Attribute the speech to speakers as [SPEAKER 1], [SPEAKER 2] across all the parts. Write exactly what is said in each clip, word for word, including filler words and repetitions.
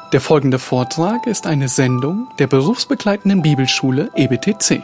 [SPEAKER 1] Der folgende Vortrag ist eine Sendung der berufsbegleitenden Bibelschule E B T C.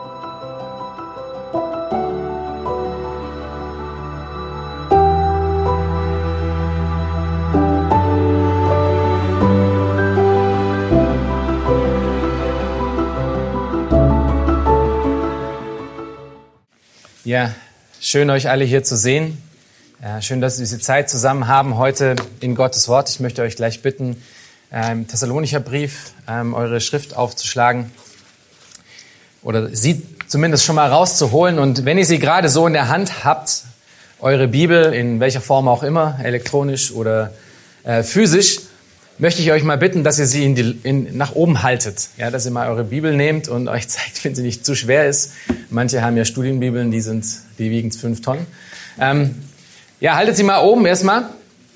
[SPEAKER 2] Ja, schön euch alle hier zu sehen. Ja, schön, dass wir diese Zeit zusammen haben heute in Gottes Wort. Ich möchte euch gleich bitten, ähm, Thessalonicher Brief, ähm, eure Schrift aufzuschlagen oder sie zumindest schon mal rauszuholen. Und wenn ihr sie gerade so in der Hand habt, eure Bibel, in welcher Form auch immer, elektronisch oder äh, physisch, möchte ich euch mal bitten, dass ihr sie in die, in, nach oben haltet. Ja, dass ihr mal eure Bibel nehmt und euch zeigt, wenn sie nicht zu schwer ist. Manche haben ja Studienbibeln, die sind, die wiegen fünf Tonnen. Ähm, ja, haltet sie mal oben erstmal.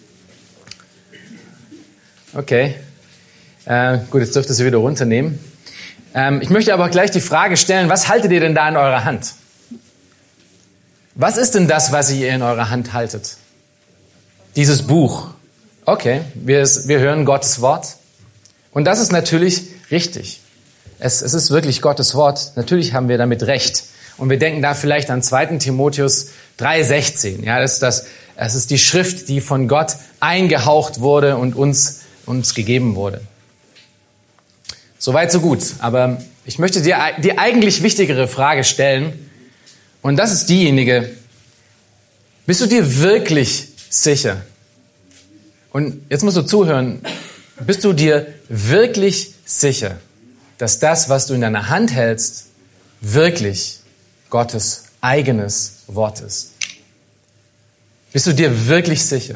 [SPEAKER 2] Okay. Äh, gut, jetzt dürft ihr sie wieder runternehmen. Ähm, ich möchte aber gleich die Frage stellen, was haltet ihr denn da in eurer Hand? Was ist denn das, was ihr in eurer Hand haltet? Dieses Buch. Okay, wir, wir hören Gottes Wort. Und das ist natürlich richtig. Es, es ist wirklich Gottes Wort. Natürlich haben wir damit recht. Und wir denken da vielleicht an zweiten Timotheus drei sechzehn. Ja, das ist das, es ist die Schrift, die von Gott eingehaucht wurde und uns, uns gegeben wurde. Soweit, so gut. Aber ich möchte dir die eigentlich wichtigere Frage stellen. Und das ist diejenige: Bist du dir wirklich sicher? Und jetzt musst du zuhören. Bist du dir wirklich sicher, dass das, was du in deiner Hand hältst, wirklich Gottes eigenes Wort ist? Bist du dir wirklich sicher?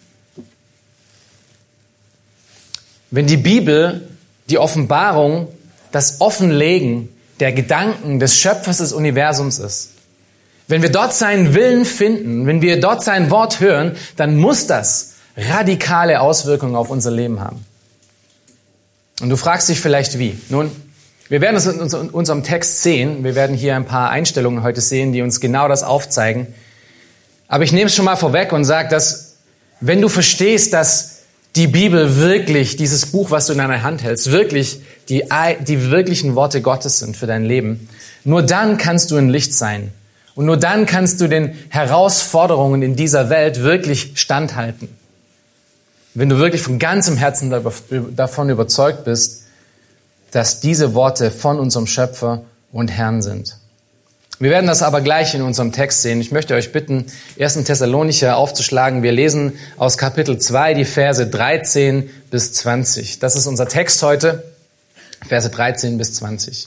[SPEAKER 2] Wenn die Bibel, die Offenbarung, das Offenlegen der Gedanken des Schöpfers des Universums ist, wenn wir dort seinen Willen finden, wenn wir dort sein Wort hören, dann muss das radikale Auswirkungen auf unser Leben haben. Und du fragst dich vielleicht wie. Nun, wir werden es in unserem Text sehen. Wir werden hier ein paar Einstellungen heute sehen, die uns genau das aufzeigen. Aber ich nehme es schon mal vorweg und sage, dass wenn du verstehst, dass die Bibel wirklich, dieses Buch, was du in deiner Hand hältst, wirklich die, die wirklichen Worte Gottes sind für dein Leben, nur dann kannst du ein Licht sein. Und nur dann kannst du den Herausforderungen in dieser Welt wirklich standhalten. Wenn du wirklich von ganzem Herzen davon überzeugt bist, dass diese Worte von unserem Schöpfer und Herrn sind. Wir werden das aber gleich in unserem Text sehen. Ich möchte euch bitten, ersten Thessalonicher aufzuschlagen. Wir lesen aus Kapitel zwei die Verse dreizehn bis zwanzig. Das ist unser Text heute, Verse dreizehn bis zwanzig.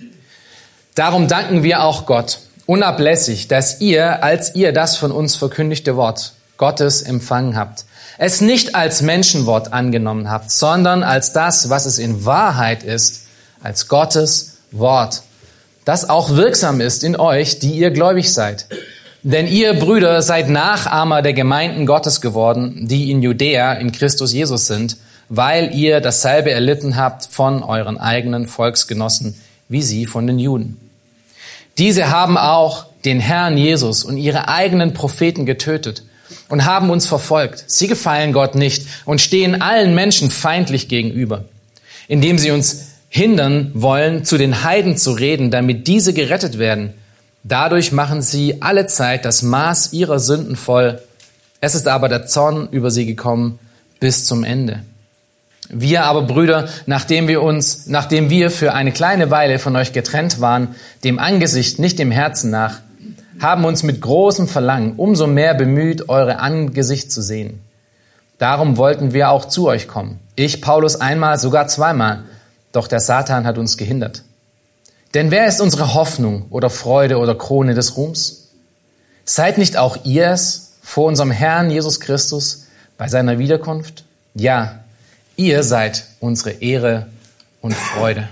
[SPEAKER 2] Darum danken wir auch Gott unablässig, dass ihr, als ihr das von uns verkündigte Wort Gottes empfangen habt, es nicht als Menschenwort angenommen habt, sondern als das, was es in Wahrheit ist, als Gottes Wort, das auch wirksam ist in euch, die ihr gläubig seid. Denn ihr, Brüder, seid Nachahmer der Gemeinden Gottes geworden, die in Judäa in Christus Jesus sind, weil ihr dasselbe erlitten habt von euren eigenen Volksgenossen, wie sie von den Juden. Diese haben auch den Herrn Jesus und ihre eigenen Propheten getötet und haben uns verfolgt. Sie gefallen Gott nicht und stehen allen Menschen feindlich gegenüber, indem sie uns hindern wollen, zu den Heiden zu reden, damit diese gerettet werden. Dadurch machen sie allezeit das Maß ihrer Sünden voll. Es ist aber der Zorn über sie gekommen bis zum Ende. Wir aber, Brüder, nachdem wir uns, nachdem wir für eine kleine Weile von euch getrennt waren, dem Angesicht, nicht dem Herzen nach, haben uns mit großem Verlangen umso mehr bemüht, eure Angesicht zu sehen. Darum wollten wir auch zu euch kommen. Ich, Paulus, einmal, sogar zweimal. Doch der Satan hat uns gehindert. Denn wer ist unsere Hoffnung oder Freude oder Krone des Ruhms? Seid nicht auch ihr es vor unserem Herrn Jesus Christus bei seiner Wiederkunft? Ja, ihr seid unsere Ehre und Freude.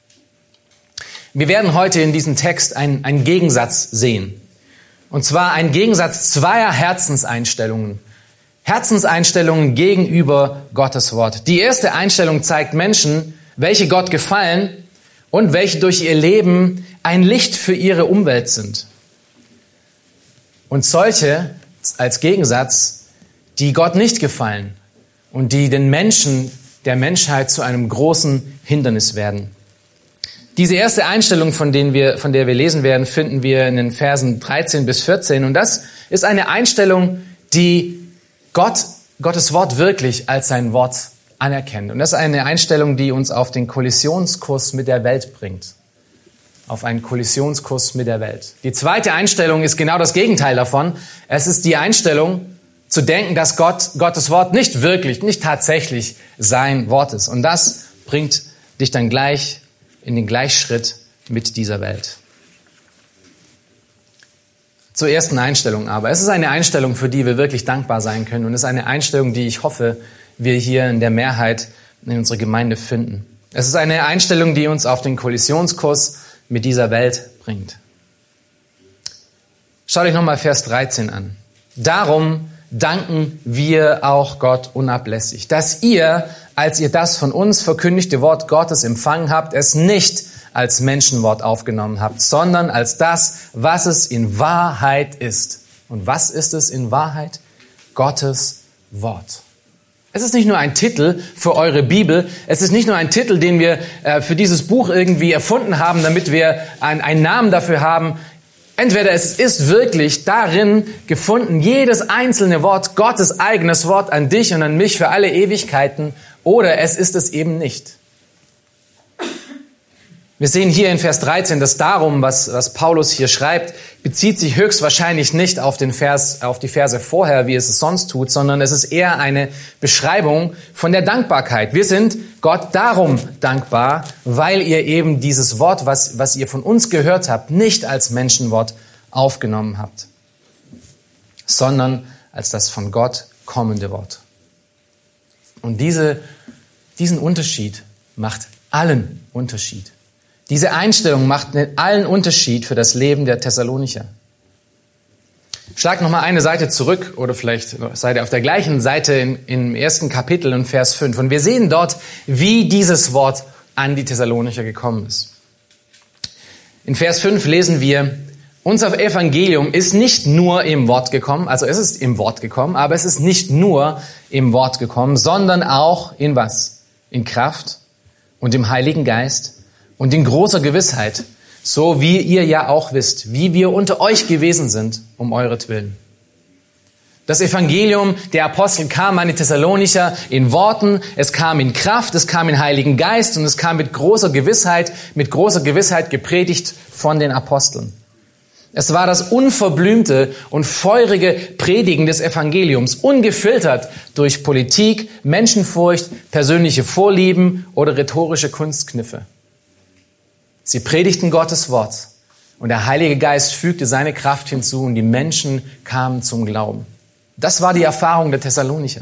[SPEAKER 2] Wir werden heute in diesem Text einen, einen Gegensatz sehen. Und zwar einen Gegensatz zweier Herzenseinstellungen. Herzenseinstellungen gegenüber Gottes Wort. Die erste Einstellung zeigt Menschen, welche Gott gefallen und welche durch ihr Leben ein Licht für ihre Umwelt sind. Und solche als Gegensatz, die Gott nicht gefallen und die den Menschen der Menschheit zu einem großen Hindernis werden. Diese erste Einstellung, von, denen wir, von der wir lesen werden, finden wir in den Versen dreizehn bis vierzehn. Und das ist eine Einstellung, die Gott, Gottes Wort wirklich als sein Wort anerkennt. Und das ist eine Einstellung, die uns auf den Kollisionskurs mit der Welt bringt. Auf einen Kollisionskurs mit der Welt. Die zweite Einstellung ist genau das Gegenteil davon. Es ist die Einstellung, zu denken, dass Gott, Gottes Wort nicht wirklich, nicht tatsächlich sein Wort ist. Und das bringt dich dann gleich in den Gleichschritt mit dieser Welt. Zur ersten Einstellung aber. Es ist eine Einstellung, für die wir wirklich dankbar sein können. Und es ist eine Einstellung, die ich hoffe, wir hier in der Mehrheit in unserer Gemeinde finden. Es ist eine Einstellung, die uns auf den Kollisionskurs mit dieser Welt bringt. Schaut euch nochmal Vers dreizehn an. Darum danken wir auch Gott unablässig, dass ihr, als ihr das von uns verkündigte Wort Gottes empfangen habt, es nicht als Menschenwort aufgenommen habt, sondern als das, was es in Wahrheit ist. Und was ist es in Wahrheit? Gottes Wort. Es ist nicht nur ein Titel für eure Bibel, es ist nicht nur ein Titel, den wir äh, für dieses Buch irgendwie erfunden haben, damit wir ein, einen Namen dafür haben. Entweder es ist wirklich darin gefunden, jedes einzelne Wort, Gottes eigenes Wort an dich und an mich für alle Ewigkeiten, oder es ist es eben nicht. Wir sehen hier in Vers dreizehn, dass darum, was, was Paulus hier schreibt, bezieht sich höchstwahrscheinlich nicht auf den Vers, auf die Verse vorher, wie es es sonst tut, sondern es ist eher eine Beschreibung von der Dankbarkeit. Wir sind Gott darum dankbar, weil ihr eben dieses Wort, was, was ihr von uns gehört habt, nicht als Menschenwort aufgenommen habt, sondern als das von Gott kommende Wort. Und diese, diesen Unterschied macht allen Unterschied. Diese Einstellung macht allen Unterschied für das Leben der Thessalonicher. Schlag noch mal eine Seite zurück oder vielleicht seid ihr auf der gleichen Seite in, im ersten Kapitel in Vers fünf. Und wir sehen dort, wie dieses Wort an die Thessalonicher gekommen ist. In Vers fünf lesen wir, unser Evangelium ist nicht nur im Wort gekommen, also es ist im Wort gekommen, aber es ist nicht nur im Wort gekommen, sondern auch in was? In Kraft und im Heiligen Geist und in großer Gewissheit, so wie ihr ja auch wisst, wie wir unter euch gewesen sind, um euretwillen. Das Evangelium der Apostel kam an die Thessalonicher in Worten, es kam in Kraft, es kam in Heiligen Geist und es kam mit großer Gewissheit, mit großer Gewissheit gepredigt von den Aposteln. Es war das unverblümte und feurige Predigen des Evangeliums, ungefiltert durch Politik, Menschenfurcht, persönliche Vorlieben oder rhetorische Kunstkniffe. Sie predigten Gottes Wort und der Heilige Geist fügte seine Kraft hinzu und die Menschen kamen zum Glauben. Das war die Erfahrung der Thessalonicher.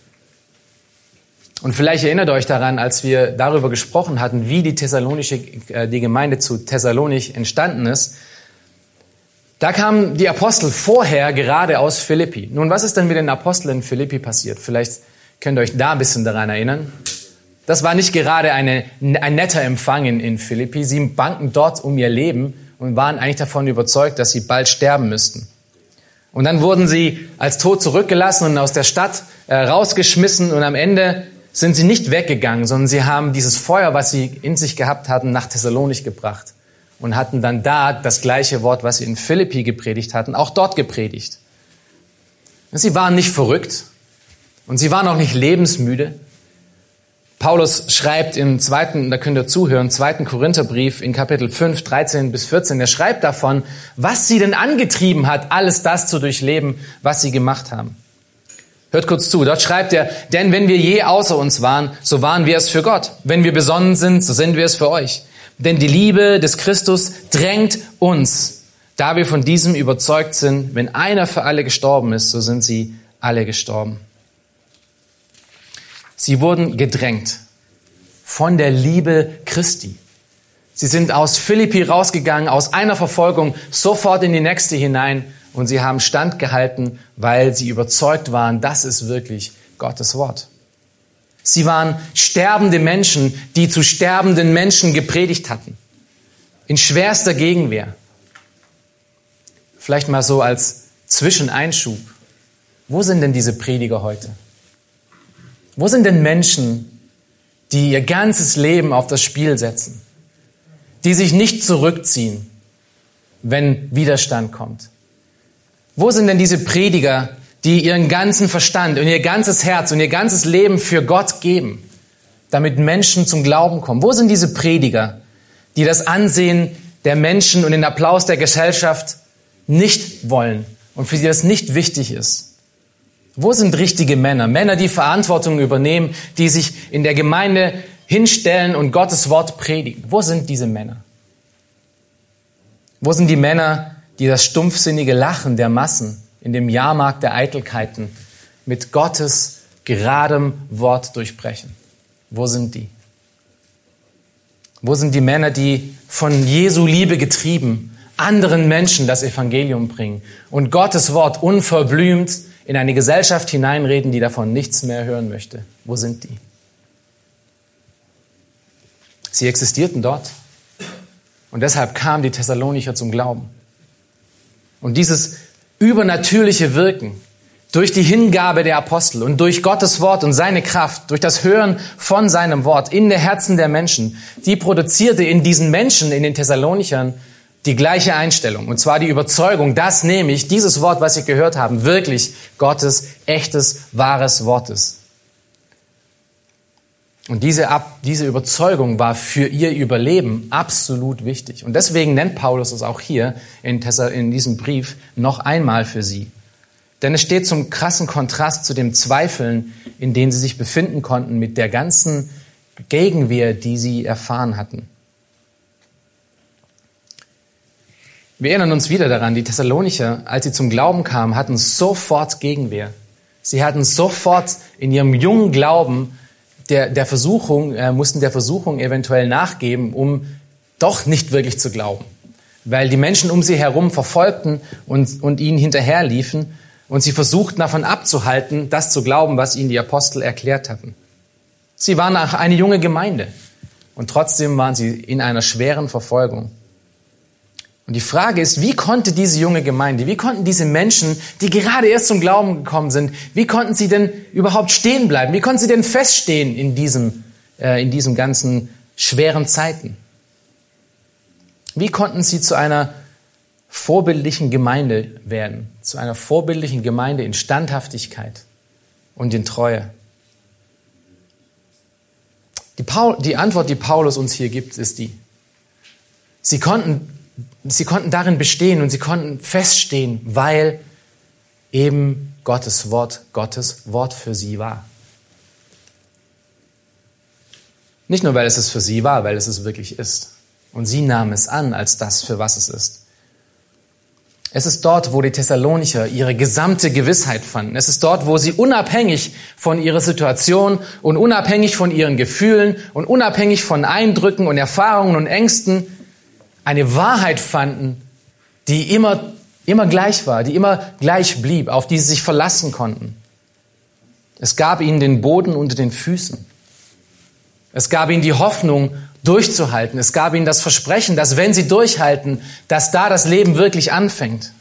[SPEAKER 2] Und vielleicht erinnert euch daran, als wir darüber gesprochen hatten, wie die Thessalonische, die Gemeinde zu Thessalonich entstanden ist. Da kamen die Apostel vorher gerade aus Philippi. Nun, was ist denn mit den Aposteln in Philippi passiert? Vielleicht könnt ihr euch da ein bisschen daran erinnern. Das war nicht gerade eine, ein netter Empfang in, in Philippi. Sie bangen dort um ihr Leben und waren eigentlich davon überzeugt, dass sie bald sterben müssten. Und dann wurden sie als tot zurückgelassen und aus der Stadt äh, rausgeschmissen und am Ende sind sie nicht weggegangen, sondern sie haben dieses Feuer, was sie in sich gehabt hatten, nach Thessalonich gebracht und hatten dann da das gleiche Wort, was sie in Philippi gepredigt hatten, auch dort gepredigt. Sie waren nicht verrückt und sie waren auch nicht lebensmüde. Paulus schreibt im zweiten, da könnt ihr zuhören, zweiten Korintherbrief in Kapitel fünf, dreizehn bis vierzehn, er schreibt davon, was sie denn angetrieben hat, alles das zu durchleben, was sie gemacht haben. Hört kurz zu, dort schreibt er, denn wenn wir je außer uns waren, so waren wir es für Gott. Wenn wir besonnen sind, so sind wir es für euch. Denn die Liebe des Christus drängt uns, da wir von diesem überzeugt sind, wenn einer für alle gestorben ist, so sind sie alle gestorben. Sie wurden gedrängt von der Liebe Christi. Sie sind aus Philippi rausgegangen, aus einer Verfolgung sofort in die nächste hinein und sie haben standgehalten, weil sie überzeugt waren, das ist wirklich Gottes Wort. Sie waren sterbende Menschen, die zu sterbenden Menschen gepredigt hatten. In schwerster Gegenwehr. Vielleicht mal so als Zwischeneinschub. Wo sind denn diese Prediger heute? Wo sind denn Menschen, die ihr ganzes Leben auf das Spiel setzen, die sich nicht zurückziehen, wenn Widerstand kommt? Wo sind denn diese Prediger, die ihren ganzen Verstand und ihr ganzes Herz und ihr ganzes Leben für Gott geben, damit Menschen zum Glauben kommen? Wo sind diese Prediger, die das Ansehen der Menschen und den Applaus der Gesellschaft nicht wollen und für die das nicht wichtig ist? Wo sind richtige Männer? Männer, die Verantwortung übernehmen, die sich in der Gemeinde hinstellen und Gottes Wort predigen. Wo sind diese Männer? Wo sind die Männer, die das stumpfsinnige Lachen der Massen in dem Jahrmarkt der Eitelkeiten mit Gottes geradem Wort durchbrechen? Wo sind die? Wo sind die Männer, die von Jesu Liebe getrieben anderen Menschen das Evangelium bringen und Gottes Wort unverblümt in eine Gesellschaft hineinreden, die davon nichts mehr hören möchte? Wo sind die? Sie existierten dort. Und deshalb kamen die Thessalonicher zum Glauben. Und dieses übernatürliche Wirken durch die Hingabe der Apostel und durch Gottes Wort und seine Kraft, durch das Hören von seinem Wort in den Herzen der Menschen, die produzierte in diesen Menschen, in den Thessalonichern, die gleiche Einstellung. Und zwar die Überzeugung, dass nämlich dieses Wort, was sie gehört haben, wirklich Gottes echtes, wahres Wort ist. Und diese, Ab- diese Überzeugung war für ihr Überleben absolut wichtig. Und deswegen nennt Paulus es auch hier in, Thessa- in diesem Brief noch einmal für sie. Denn es steht zum krassen Kontrast zu dem Zweifeln, in denen sie sich befinden konnten, mit der ganzen Gegenwehr, die sie erfahren hatten. Wir erinnern uns wieder daran, die Thessalonicher, als sie zum Glauben kamen, hatten sofort Gegenwehr. Sie hatten sofort in ihrem jungen Glauben der, der Versuchung, äh, mussten der Versuchung eventuell nachgeben, um doch nicht wirklich zu glauben. Weil die Menschen um sie herum verfolgten und, und ihnen hinterherliefen und sie versuchten davon abzuhalten, das zu glauben, was ihnen die Apostel erklärt hatten. Sie waren auch eine junge Gemeinde und trotzdem waren sie in einer schweren Verfolgung. Und die Frage ist, wie konnte diese junge Gemeinde, wie konnten diese Menschen, die gerade erst zum Glauben gekommen sind, wie konnten sie denn überhaupt stehen bleiben? Wie konnten sie denn feststehen in diesem, äh, in diesen ganzen schweren Zeiten? Wie konnten sie zu einer vorbildlichen Gemeinde werden, zu einer vorbildlichen Gemeinde in Standhaftigkeit und in Treue? Die, Paul, die Antwort, die Paulus uns hier gibt, ist die: Sie konnten Sie konnten darin bestehen und sie konnten feststehen, weil eben Gottes Wort, Gottes Wort für sie war. Nicht nur, weil es es für sie war, weil es es wirklich ist. Und sie nahmen es an als das, für was es ist. Es ist dort, wo die Thessalonicher ihre gesamte Gewissheit fanden. Es ist dort, wo sie unabhängig von ihrer Situation und unabhängig von ihren Gefühlen und unabhängig von Eindrücken und Erfahrungen und Ängsten eine Wahrheit fanden, die immer, immer gleich war, die immer gleich blieb, auf die sie sich verlassen konnten. Es gab ihnen den Boden unter den Füßen. Es gab ihnen die Hoffnung, durchzuhalten. Es gab ihnen das Versprechen, dass wenn sie durchhalten, dass da das Leben wirklich anfängt.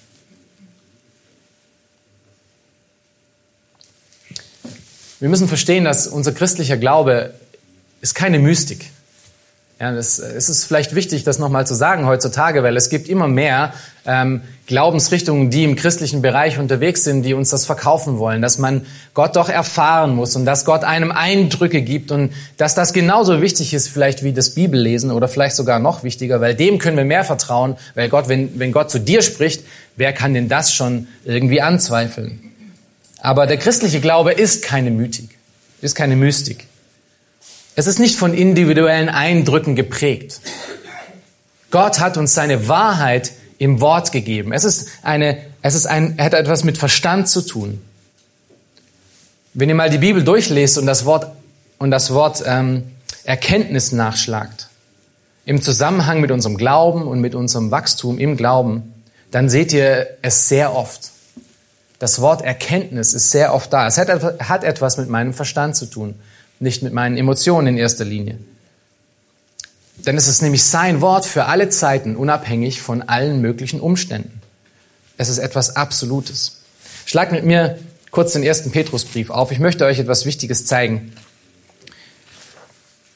[SPEAKER 2] Wir müssen verstehen, dass unser christlicher Glaube ist keine Mystik. Ja, das, es ist vielleicht wichtig, das nochmal zu sagen heutzutage, weil es gibt immer mehr ähm, Glaubensrichtungen, die im christlichen Bereich unterwegs sind, die uns das verkaufen wollen, dass man Gott doch erfahren muss und dass Gott einem Eindrücke gibt und dass das genauso wichtig ist vielleicht wie das Bibellesen oder vielleicht sogar noch wichtiger, weil dem können wir mehr vertrauen, weil Gott, wenn, wenn Gott zu dir spricht, wer kann denn das schon irgendwie anzweifeln? Aber der christliche Glaube ist keine Mythik, ist keine Mystik. Es ist nicht von individuellen Eindrücken geprägt. Gott hat uns seine Wahrheit im Wort gegeben. Es ist eine, es ist ein, hat etwas mit Verstand zu tun. Wenn ihr mal die Bibel durchlest und das Wort und das Wort ähm, Erkenntnis nachschlagt, im Zusammenhang mit unserem Glauben und mit unserem Wachstum im Glauben, dann seht ihr es sehr oft. Das Wort Erkenntnis ist sehr oft da. Es hat, hat etwas mit meinem Verstand zu tun. Nicht mit meinen Emotionen in erster Linie. Denn es ist nämlich sein Wort für alle Zeiten, unabhängig von allen möglichen Umständen. Es ist etwas Absolutes. Schlagt mit mir kurz den ersten Petrusbrief auf. Ich möchte euch etwas Wichtiges zeigen.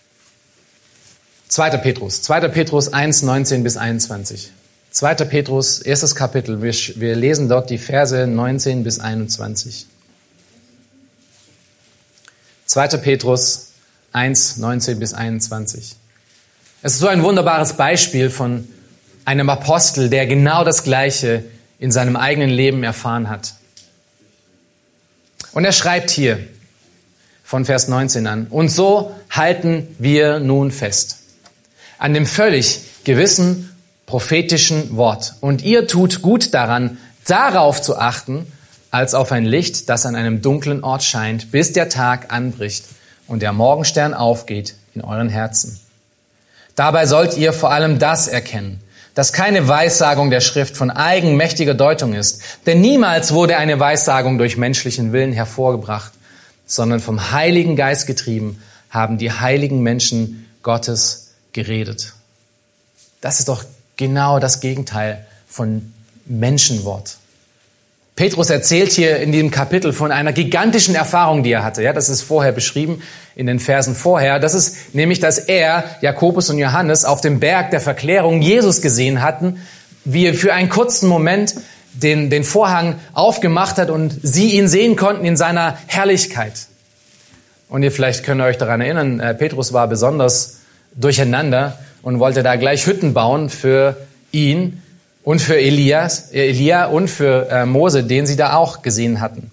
[SPEAKER 2] zweiter Petrus, zweiter Petrus eins, neunzehn bis einundzwanzig. zweiter Petrus, erstes Kapitel. Wir, wir lesen dort die Verse neunzehn bis einundzwanzig. zweiter Petrus eins, neunzehn bis einundzwanzig. Es ist so ein wunderbares Beispiel von einem Apostel, der genau das Gleiche in seinem eigenen Leben erfahren hat. Und er schreibt hier von Vers neunzehn an: Und so halten wir nun fest an dem völlig gewissen prophetischen Wort. Und ihr tut gut daran, darauf zu achten, als auf ein Licht, das an einem dunklen Ort scheint, bis der Tag anbricht und der Morgenstern aufgeht in euren Herzen. Dabei sollt ihr vor allem das erkennen, dass keine Weissagung der Schrift von eigenmächtiger Deutung ist. Denn niemals wurde eine Weissagung durch menschlichen Willen hervorgebracht, sondern vom Heiligen Geist getrieben haben die heiligen Menschen Gottes geredet. Das ist doch genau das Gegenteil von Menschenwort. Petrus erzählt hier in diesem Kapitel von einer gigantischen Erfahrung, die er hatte. Ja, das ist vorher beschrieben in den Versen vorher. Das ist nämlich, dass er, Jakobus und Johannes, auf dem Berg der Verklärung Jesus gesehen hatten, wie er für einen kurzen Moment den, den Vorhang aufgemacht hat und sie ihn sehen konnten in seiner Herrlichkeit. Und ihr vielleicht könnt ihr euch daran erinnern, Petrus war besonders durcheinander und wollte da gleich Hütten bauen für ihn und für Elias, Elia und für äh, Mose, den sie da auch gesehen hatten.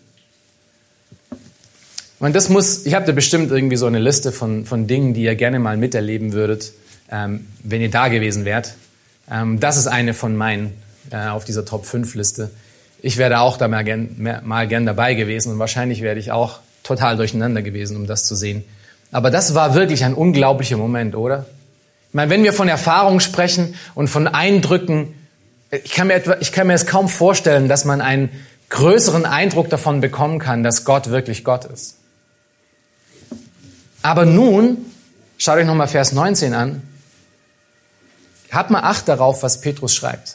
[SPEAKER 2] Und das muss, ich habe da bestimmt irgendwie so eine Liste von, von Dingen, die ihr gerne mal miterleben würdet, ähm, wenn ihr da gewesen wärt. Ähm, das ist eine von meinen äh, auf dieser Top fünf Liste. Ich wäre da auch da mal gern, mehr, mal gern dabei gewesen und wahrscheinlich wäre ich auch total durcheinander gewesen, um das zu sehen. Aber das war wirklich ein unglaublicher Moment, oder? Ich meine, wenn wir von Erfahrung sprechen und von Eindrücken, Ich kann, mir etwa, ich kann mir es kaum vorstellen, dass man einen größeren Eindruck davon bekommen kann, dass Gott wirklich Gott ist. Aber nun, schaut euch nochmal Vers neunzehn an, habt mal Acht darauf, was Petrus schreibt.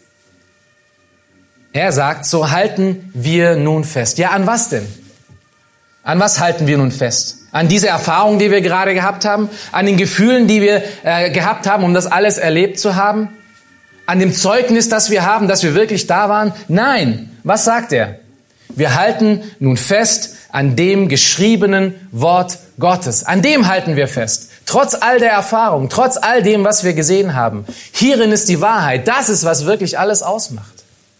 [SPEAKER 2] Er sagt, so halten wir nun fest. Ja, an was denn? An was halten wir nun fest? An diese Erfahrung, die wir gerade gehabt haben? An den Gefühlen, die wir äh, gehabt haben, um das alles erlebt zu haben? An dem Zeugnis, das wir haben, dass wir wirklich da waren? Nein. Was sagt er? Wir halten nun fest an dem geschriebenen Wort Gottes. An dem halten wir fest. Trotz all der Erfahrung, trotz all dem, was wir gesehen haben. Hierin ist die Wahrheit. Das ist, was wirklich alles ausmacht.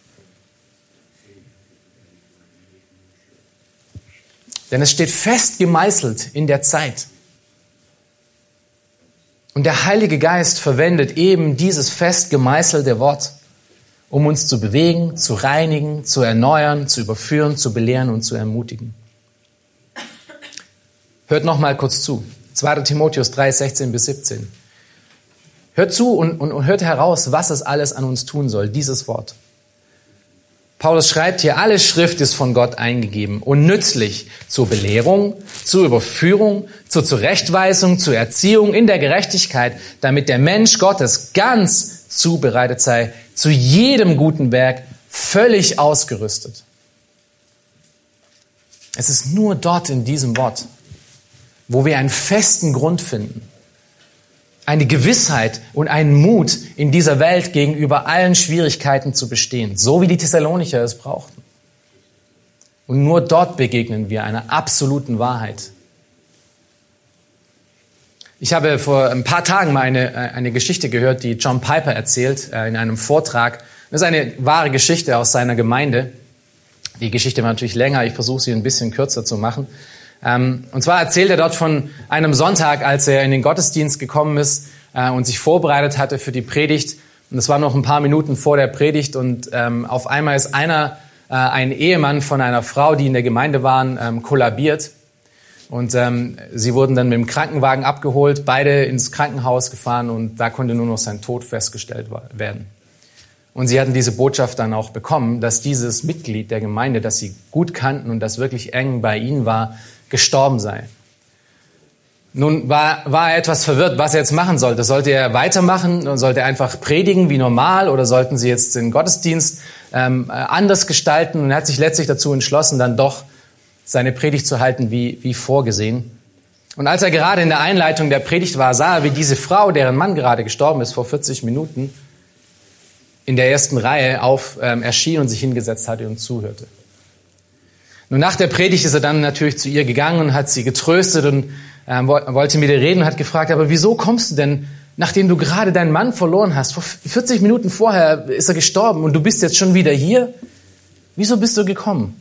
[SPEAKER 2] Denn es steht fest gemeißelt in der Zeit. Und der Heilige Geist verwendet eben dieses fest gemeißelte Wort, um uns zu bewegen, zu reinigen, zu erneuern, zu überführen, zu belehren und zu ermutigen. Hört noch mal kurz zu. zweiter Timotheus drei, sechzehn bis siebzehn. Hört zu und, und, und hört heraus, was es alles an uns tun soll, dieses Wort. Paulus schreibt hier, alle Schrift ist von Gott eingegeben und nützlich zur Belehrung, zur Überführung, zur Zurechtweisung, zur Erziehung in der Gerechtigkeit, damit der Mensch Gottes ganz zubereitet sei, zu jedem guten Werk völlig ausgerüstet. Es ist nur dort in diesem Wort, wo wir einen festen Grund finden, eine Gewissheit und einen Mut in dieser Welt gegenüber allen Schwierigkeiten zu bestehen, so wie die Thessalonicher es brauchten. Und nur dort begegnen wir einer absoluten Wahrheit. Ich habe vor ein paar Tagen mal eine, eine Geschichte gehört, die John Piper erzählt in einem Vortrag. Das ist eine wahre Geschichte aus seiner Gemeinde. Die Geschichte war natürlich länger, ich versuche sie ein bisschen kürzer zu machen. Und zwar erzählt er dort von einem Sonntag, als er in den Gottesdienst gekommen ist und sich vorbereitet hatte für die Predigt. Und es war noch ein paar Minuten vor der Predigt und auf einmal ist einer, ein Ehemann von einer Frau, die in der Gemeinde waren, kollabiert. Und sie wurden dann mit dem Krankenwagen abgeholt, beide ins Krankenhaus gefahren und da konnte nur noch sein Tod festgestellt werden. Und sie hatten diese Botschaft dann auch bekommen, dass dieses Mitglied der Gemeinde, das sie gut kannten und das wirklich eng bei ihnen war, gestorben sei. Nun war, war er etwas verwirrt, was er jetzt machen sollte. Sollte er weitermachen? Sollte er einfach predigen wie normal? Oder sollten sie jetzt den Gottesdienst ähm, anders gestalten? Und er hat sich letztlich dazu entschlossen, dann doch seine Predigt zu halten wie, wie vorgesehen. Und als er gerade in der Einleitung der Predigt war, sah er, wie diese Frau, deren Mann gerade gestorben ist vor vierzig Minuten, in der ersten Reihe auf ähm, erschien und sich hingesetzt hatte und zuhörte. Nun, nach der Predigt ist er dann natürlich zu ihr gegangen und hat sie getröstet und ähm, wollte mit ihr reden und hat gefragt, aber wieso kommst du denn, nachdem du gerade deinen Mann verloren hast? Vor vierzig Minuten vorher ist er gestorben und du bist jetzt schon wieder hier? Wieso bist du gekommen?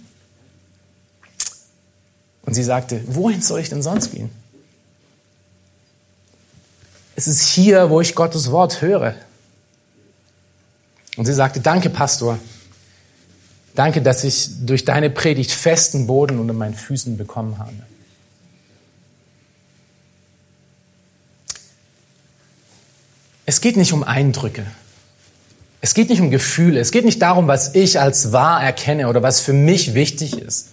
[SPEAKER 2] Und sie sagte, wohin soll ich denn sonst gehen? Es ist hier, wo ich Gottes Wort höre. Und sie sagte, danke, Pastor. Danke, dass ich durch deine Predigt festen Boden unter meinen Füßen bekommen habe. Es geht nicht um Eindrücke. Es geht nicht um Gefühle. Es geht nicht darum, was ich als wahr erkenne oder was für mich wichtig ist.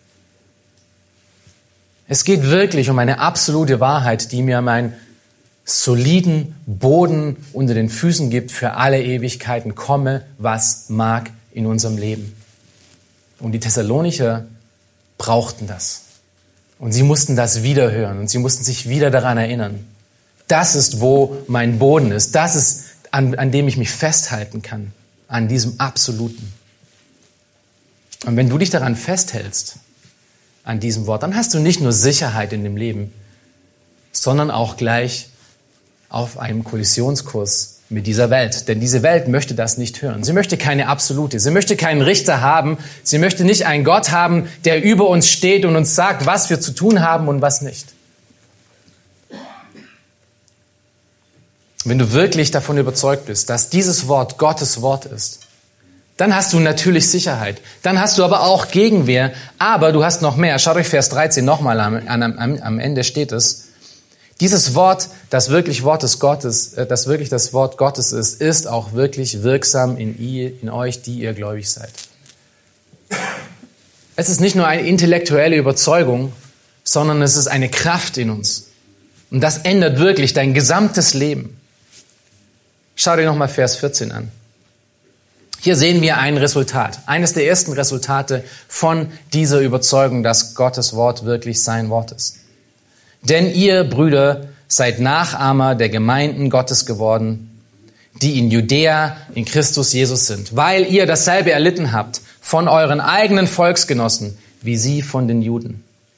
[SPEAKER 2] Es geht wirklich um eine absolute Wahrheit, die mir meinen soliden Boden unter den Füßen gibt für alle Ewigkeiten, komme, was mag in unserem Leben. Und die Thessalonicher brauchten das. Und sie mussten das wieder hören und sie mussten sich wieder daran erinnern. Das ist, wo mein Boden ist. Das ist, an, an dem ich mich festhalten kann. An diesem Absoluten. Und wenn du dich daran festhältst, an diesem Wort, dann hast du nicht nur Sicherheit in dem Leben, sondern auch gleich auf einem Kollisionskurs mit dieser Welt. Denn diese Welt möchte das nicht hören. Sie möchte keine Absolute. Sie möchte keinen Richter haben. Sie möchte nicht einen Gott haben, der über uns steht und uns sagt, was wir zu tun haben und was nicht. Wenn du wirklich davon überzeugt bist, dass dieses Wort Gottes Wort ist, dann hast du natürlich Sicherheit. Dann hast du aber auch Gegenwehr. Aber du hast noch mehr. Schaut euch Vers dreizehn nochmal an. Am, am, am Ende steht es. Dieses Wort, das wirklich Wort des Gottes, das wirklich das Wort Gottes ist, ist auch wirklich wirksam in ihr, in euch, die ihr gläubig seid. Es ist nicht nur eine intellektuelle Überzeugung, sondern es ist eine Kraft in uns. Und das ändert wirklich dein gesamtes Leben. Schau dir nochmal Vers vierzehn an. Hier sehen wir ein Resultat, eines der ersten Resultate von dieser Überzeugung, dass Gottes Wort wirklich sein Wort ist. Denn ihr, Brüder, seid Nachahmer der Gemeinden Gottes geworden, die in Judäa in Christus Jesus sind, weil ihr dasselbe erlitten habt von euren eigenen Volksgenossen, wie sie von den Juden.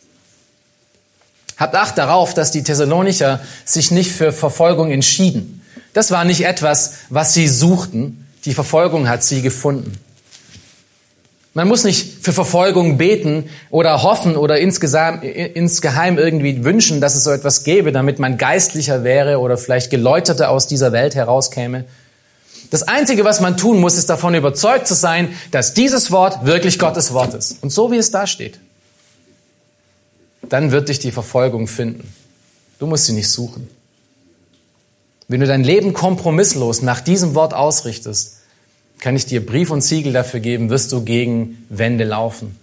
[SPEAKER 2] Habt Acht darauf, dass die Thessalonicher sich nicht für Verfolgung entschieden. Das war nicht etwas, was sie suchten. Die Verfolgung hat sie gefunden. Man muss nicht für Verfolgung beten oder hoffen oder insgesamt, insgeheim irgendwie wünschen, dass es so etwas gäbe, damit man geistlicher wäre oder vielleicht geläuterter aus dieser Welt herauskäme. Das Einzige, was man tun muss, ist davon überzeugt zu sein, dass dieses Wort wirklich Gottes Wort ist. Und so wie es da steht, dann wird dich die Verfolgung finden. Du musst sie nicht suchen. Wenn du dein Leben kompromisslos nach diesem Wort ausrichtest, kann ich dir Brief und Siegel dafür geben, wirst du gegen Wände laufen.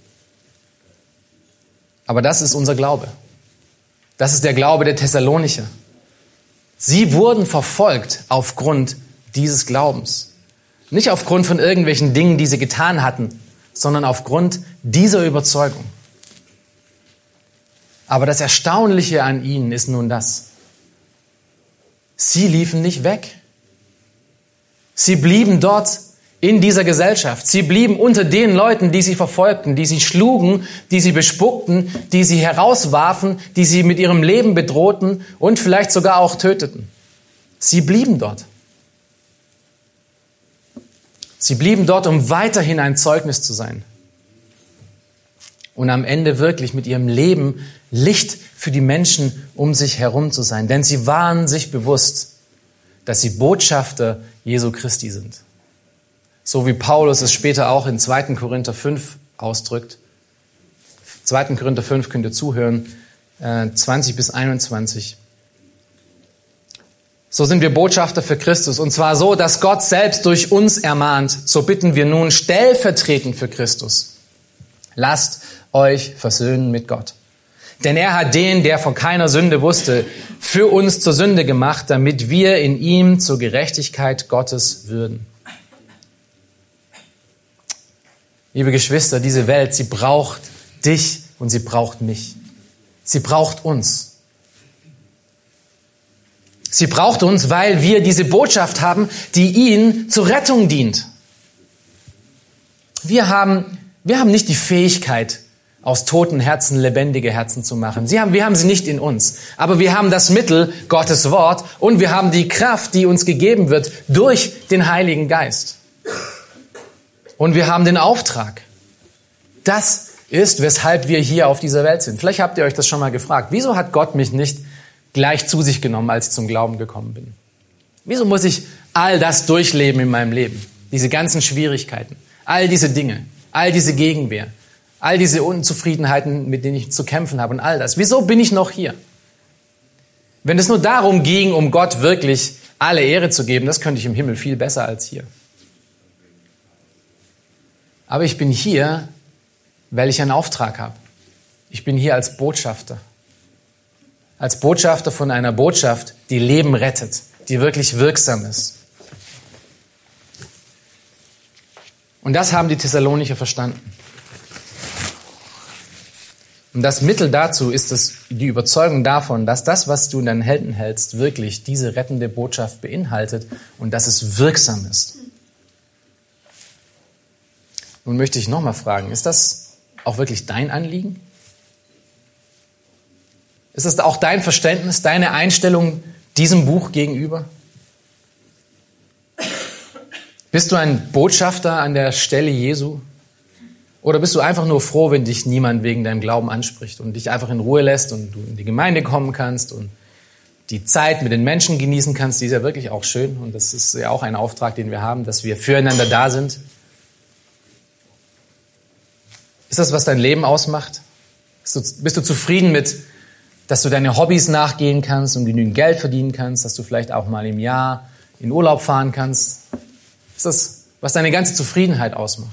[SPEAKER 2] Aber das ist unser Glaube. Das ist der Glaube der Thessalonicher. Sie wurden verfolgt aufgrund dieses Glaubens. Nicht aufgrund von irgendwelchen Dingen, die sie getan hatten, sondern aufgrund dieser Überzeugung. Aber das Erstaunliche an ihnen ist nun das. Sie liefen nicht weg. Sie blieben dort in dieser Gesellschaft. Sie blieben unter den Leuten, die sie verfolgten, die sie schlugen, die sie bespuckten, die sie herauswarfen, die sie mit ihrem Leben bedrohten und vielleicht sogar auch töteten. Sie blieben dort. Sie blieben dort, um weiterhin ein Zeugnis zu sein. Und am Ende wirklich mit ihrem Leben Licht für die Menschen um sich herum zu sein. Denn sie waren sich bewusst, dass sie Botschafter Jesu Christi sind. So wie Paulus es später auch in zweiten Korinther fünf ausdrückt. zweiten Korinther fünf könnt ihr zuhören, zwanzig bis einundzwanzig. So sind wir Botschafter für Christus. Und zwar so, dass Gott selbst durch uns ermahnt. So bitten wir nun stellvertretend für Christus. Lasst euch versöhnen mit Gott. Denn er hat den, der von keiner Sünde wusste, für uns zur Sünde gemacht, damit wir in ihm zur Gerechtigkeit Gottes würden. Liebe Geschwister, diese Welt, sie braucht dich und sie braucht mich. Sie braucht uns. Sie braucht uns, weil wir diese Botschaft haben, die ihnen zur Rettung dient. Wir haben, wir haben nicht die Fähigkeit, aus toten Herzen lebendige Herzen zu machen. Sie haben, wir haben sie nicht in uns. Aber wir haben das Mittel, Gottes Wort, und wir haben die Kraft, die uns gegeben wird durch den Heiligen Geist. Und wir haben den Auftrag. Das ist, weshalb wir hier auf dieser Welt sind. Vielleicht habt ihr euch das schon mal gefragt. Wieso hat Gott mich nicht gleich zu sich genommen, als ich zum Glauben gekommen bin? Wieso muss ich all das durchleben in meinem Leben? Diese ganzen Schwierigkeiten, all diese Dinge, all diese Gegenwehr. All diese Unzufriedenheiten, mit denen ich zu kämpfen habe und all das. Wieso bin ich noch hier? Wenn es nur darum ging, um Gott wirklich alle Ehre zu geben, das könnte ich im Himmel viel besser als hier. Aber ich bin hier, weil ich einen Auftrag habe. Ich bin hier als Botschafter. Als Botschafter von einer Botschaft, die Leben rettet, die wirklich wirksam ist. Und das haben die Thessalonicher verstanden. Und das Mittel dazu ist es, die Überzeugung davon, dass das, was du in deinen Händen hältst, wirklich diese rettende Botschaft beinhaltet und dass es wirksam ist. Nun möchte ich nochmal fragen, ist das auch wirklich dein Anliegen? Ist das auch dein Verständnis, deine Einstellung diesem Buch gegenüber? Bist du ein Botschafter an der Stelle Jesu? Oder bist du einfach nur froh, wenn dich niemand wegen deinem Glauben anspricht und dich einfach in Ruhe lässt und du in die Gemeinde kommen kannst und die Zeit mit den Menschen genießen kannst? Die ist ja wirklich auch schön und das ist ja auch ein Auftrag, den wir haben, dass wir füreinander da sind. Ist das, was dein Leben ausmacht? Bist du, bist du zufrieden mit, dass du deine Hobbys nachgehen kannst und genügend Geld verdienen kannst, dass du vielleicht auch mal im Jahr in Urlaub fahren kannst? Ist das, was deine ganze Zufriedenheit ausmacht?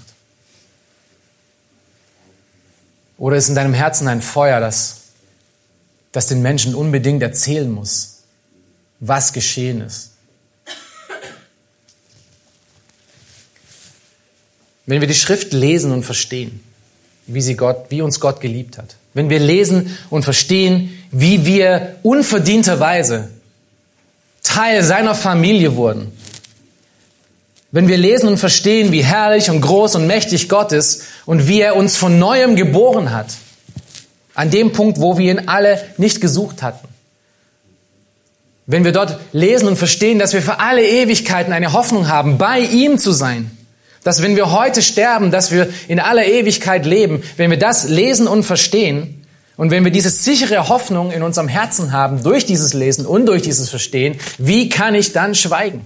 [SPEAKER 2] Oder ist in deinem Herzen ein Feuer, das, das den Menschen unbedingt erzählen muss, was geschehen ist? Wenn wir die Schrift lesen und verstehen, wie, sie Gott, wie uns Gott geliebt hat, wenn wir lesen und verstehen, wie wir unverdienterweise Teil seiner Familie wurden, wenn wir lesen und verstehen, wie herrlich und groß und mächtig Gott ist und wie er uns von Neuem geboren hat, an dem Punkt, wo wir ihn alle nicht gesucht hatten. Wenn wir dort lesen und verstehen, dass wir für alle Ewigkeiten eine Hoffnung haben, bei ihm zu sein, dass wenn wir heute sterben, dass wir in aller Ewigkeit leben, wenn wir das lesen und verstehen und wenn wir diese sichere Hoffnung in unserem Herzen haben, durch dieses Lesen und durch dieses Verstehen, wie kann ich dann schweigen?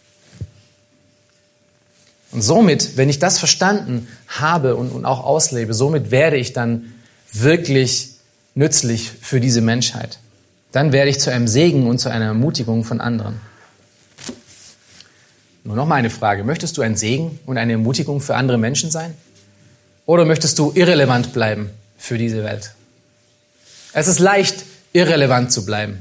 [SPEAKER 2] Und somit, wenn ich das verstanden habe und, und auch auslebe, somit werde ich dann wirklich nützlich für diese Menschheit. Dann werde ich zu einem Segen und zu einer Ermutigung von anderen. Nur noch mal eine Frage. Möchtest du ein Segen und eine Ermutigung für andere Menschen sein? Oder möchtest du irrelevant bleiben für diese Welt? Es ist leicht, irrelevant zu bleiben.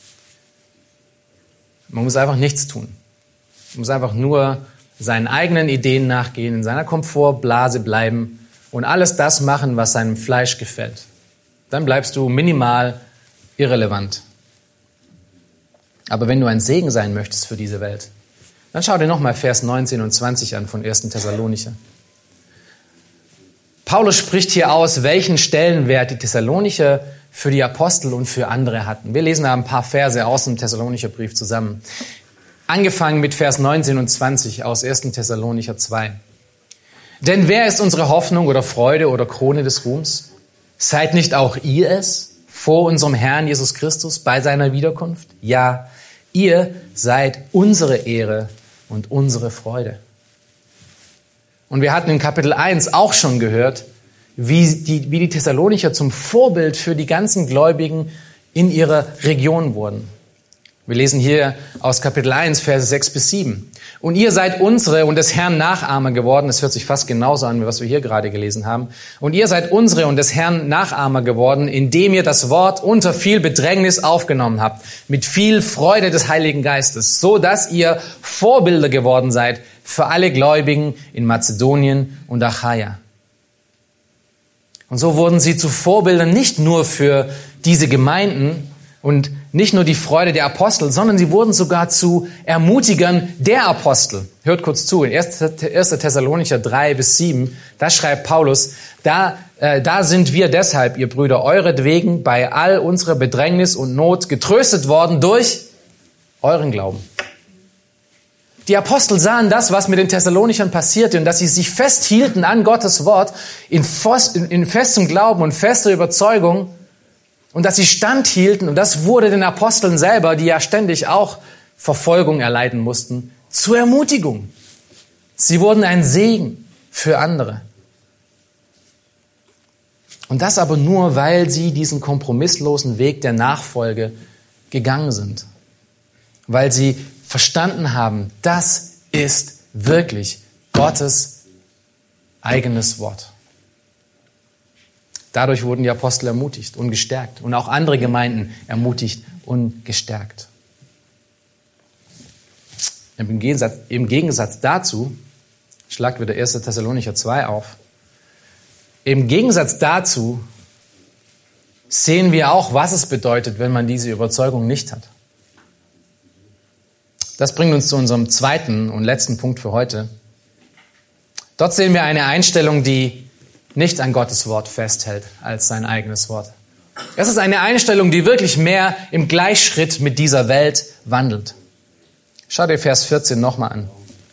[SPEAKER 2] Man muss einfach nichts tun. Man muss einfach nur seinen eigenen Ideen nachgehen, in seiner Komfortblase bleiben und alles das machen, was seinem Fleisch gefällt. Dann bleibst du minimal irrelevant. Aber wenn du ein Segen sein möchtest für diese Welt, dann schau dir nochmal Vers neunzehn und zwanzig an von ersten Thessalonicher. Paulus spricht hier aus, welchen Stellenwert die Thessalonicher für die Apostel und für andere hatten. Wir lesen da ein paar Verse aus dem Thessalonicher Brief zusammen. Angefangen mit Vers neunzehn und zwanzig aus ersten Thessalonicher zwei. Denn wer ist unsere Hoffnung oder Freude oder Krone des Ruhms? Seid nicht auch ihr es vor unserem Herrn Jesus Christus bei seiner Wiederkunft? Ja, ihr seid unsere Ehre und unsere Freude. Und wir hatten in Kapitel eins auch schon gehört, wie die, wie die Thessalonicher zum Vorbild für die ganzen Gläubigen in ihrer Region wurden. Wir lesen hier aus Kapitel eins, Verse sechs bis sieben. Und ihr seid unsere und des Herrn Nachahmer geworden. Das hört sich fast genauso an, wie was wir hier gerade gelesen haben. Und ihr seid unsere und des Herrn Nachahmer geworden, indem ihr das Wort unter viel Bedrängnis aufgenommen habt, mit viel Freude des Heiligen Geistes, so dass ihr Vorbilder geworden seid für alle Gläubigen in Mazedonien und Achaia. Und so wurden sie zu Vorbildern nicht nur für diese Gemeinden, und nicht nur die Freude der Apostel, sondern sie wurden sogar zu Ermutigern der Apostel. Hört kurz zu, in erster Thessalonicher drei bis sieben, da schreibt Paulus, da, äh, da sind wir deshalb, ihr Brüder, euretwegen bei all unserer Bedrängnis und Not getröstet worden durch euren Glauben. Die Apostel sahen das, was mit den Thessalonichern passierte und dass sie sich festhielten an Gottes Wort in, in, in festem Glauben und fester Überzeugung und dass sie standhielten, und das wurde den Aposteln selber, die ja ständig auch Verfolgung erleiden mussten, zur Ermutigung. Sie wurden ein Segen für andere. Und das aber nur, weil sie diesen kompromisslosen Weg der Nachfolge gegangen sind. Weil sie verstanden haben, das ist wirklich Gottes eigenes Wort. Dadurch wurden die Apostel ermutigt und gestärkt und auch andere Gemeinden ermutigt und gestärkt. Im Gegensatz, im Gegensatz dazu, schlagt wieder erster Thessalonicher zwei auf, im Gegensatz dazu sehen wir auch, was es bedeutet, wenn man diese Überzeugung nicht hat. Das bringt uns zu unserem zweiten und letzten Punkt für heute. Dort sehen wir eine Einstellung, die nicht an Gottes Wort festhält als sein eigenes Wort. Es ist eine Einstellung, die wirklich mehr im Gleichschritt mit dieser Welt wandelt. Schau dir Vers vierzehn nochmal an.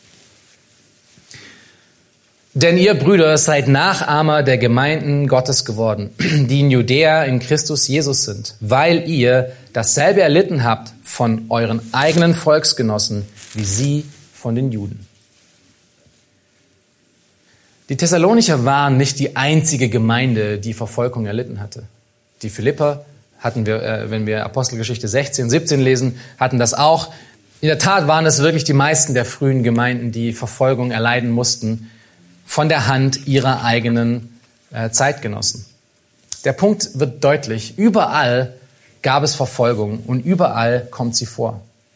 [SPEAKER 2] Denn ihr Brüder seid Nachahmer der Gemeinden Gottes geworden, die in Judäa in Christus Jesus sind, weil ihr dasselbe erlitten habt von euren eigenen Volksgenossen, wie sie von den Juden. Die Thessalonicher waren nicht die einzige Gemeinde, die Verfolgung erlitten hatte. Die Philipper hatten wir, äh, wenn wir Apostelgeschichte sechzehn, siebzehn lesen, hatten das auch. In der Tat waren es wirklich die meisten der frühen Gemeinden, die Verfolgung erleiden mussten von der Hand ihrer eigenen äh, Zeitgenossen. Der Punkt wird deutlich. Überall gab es Verfolgung und überall kommt sie vor.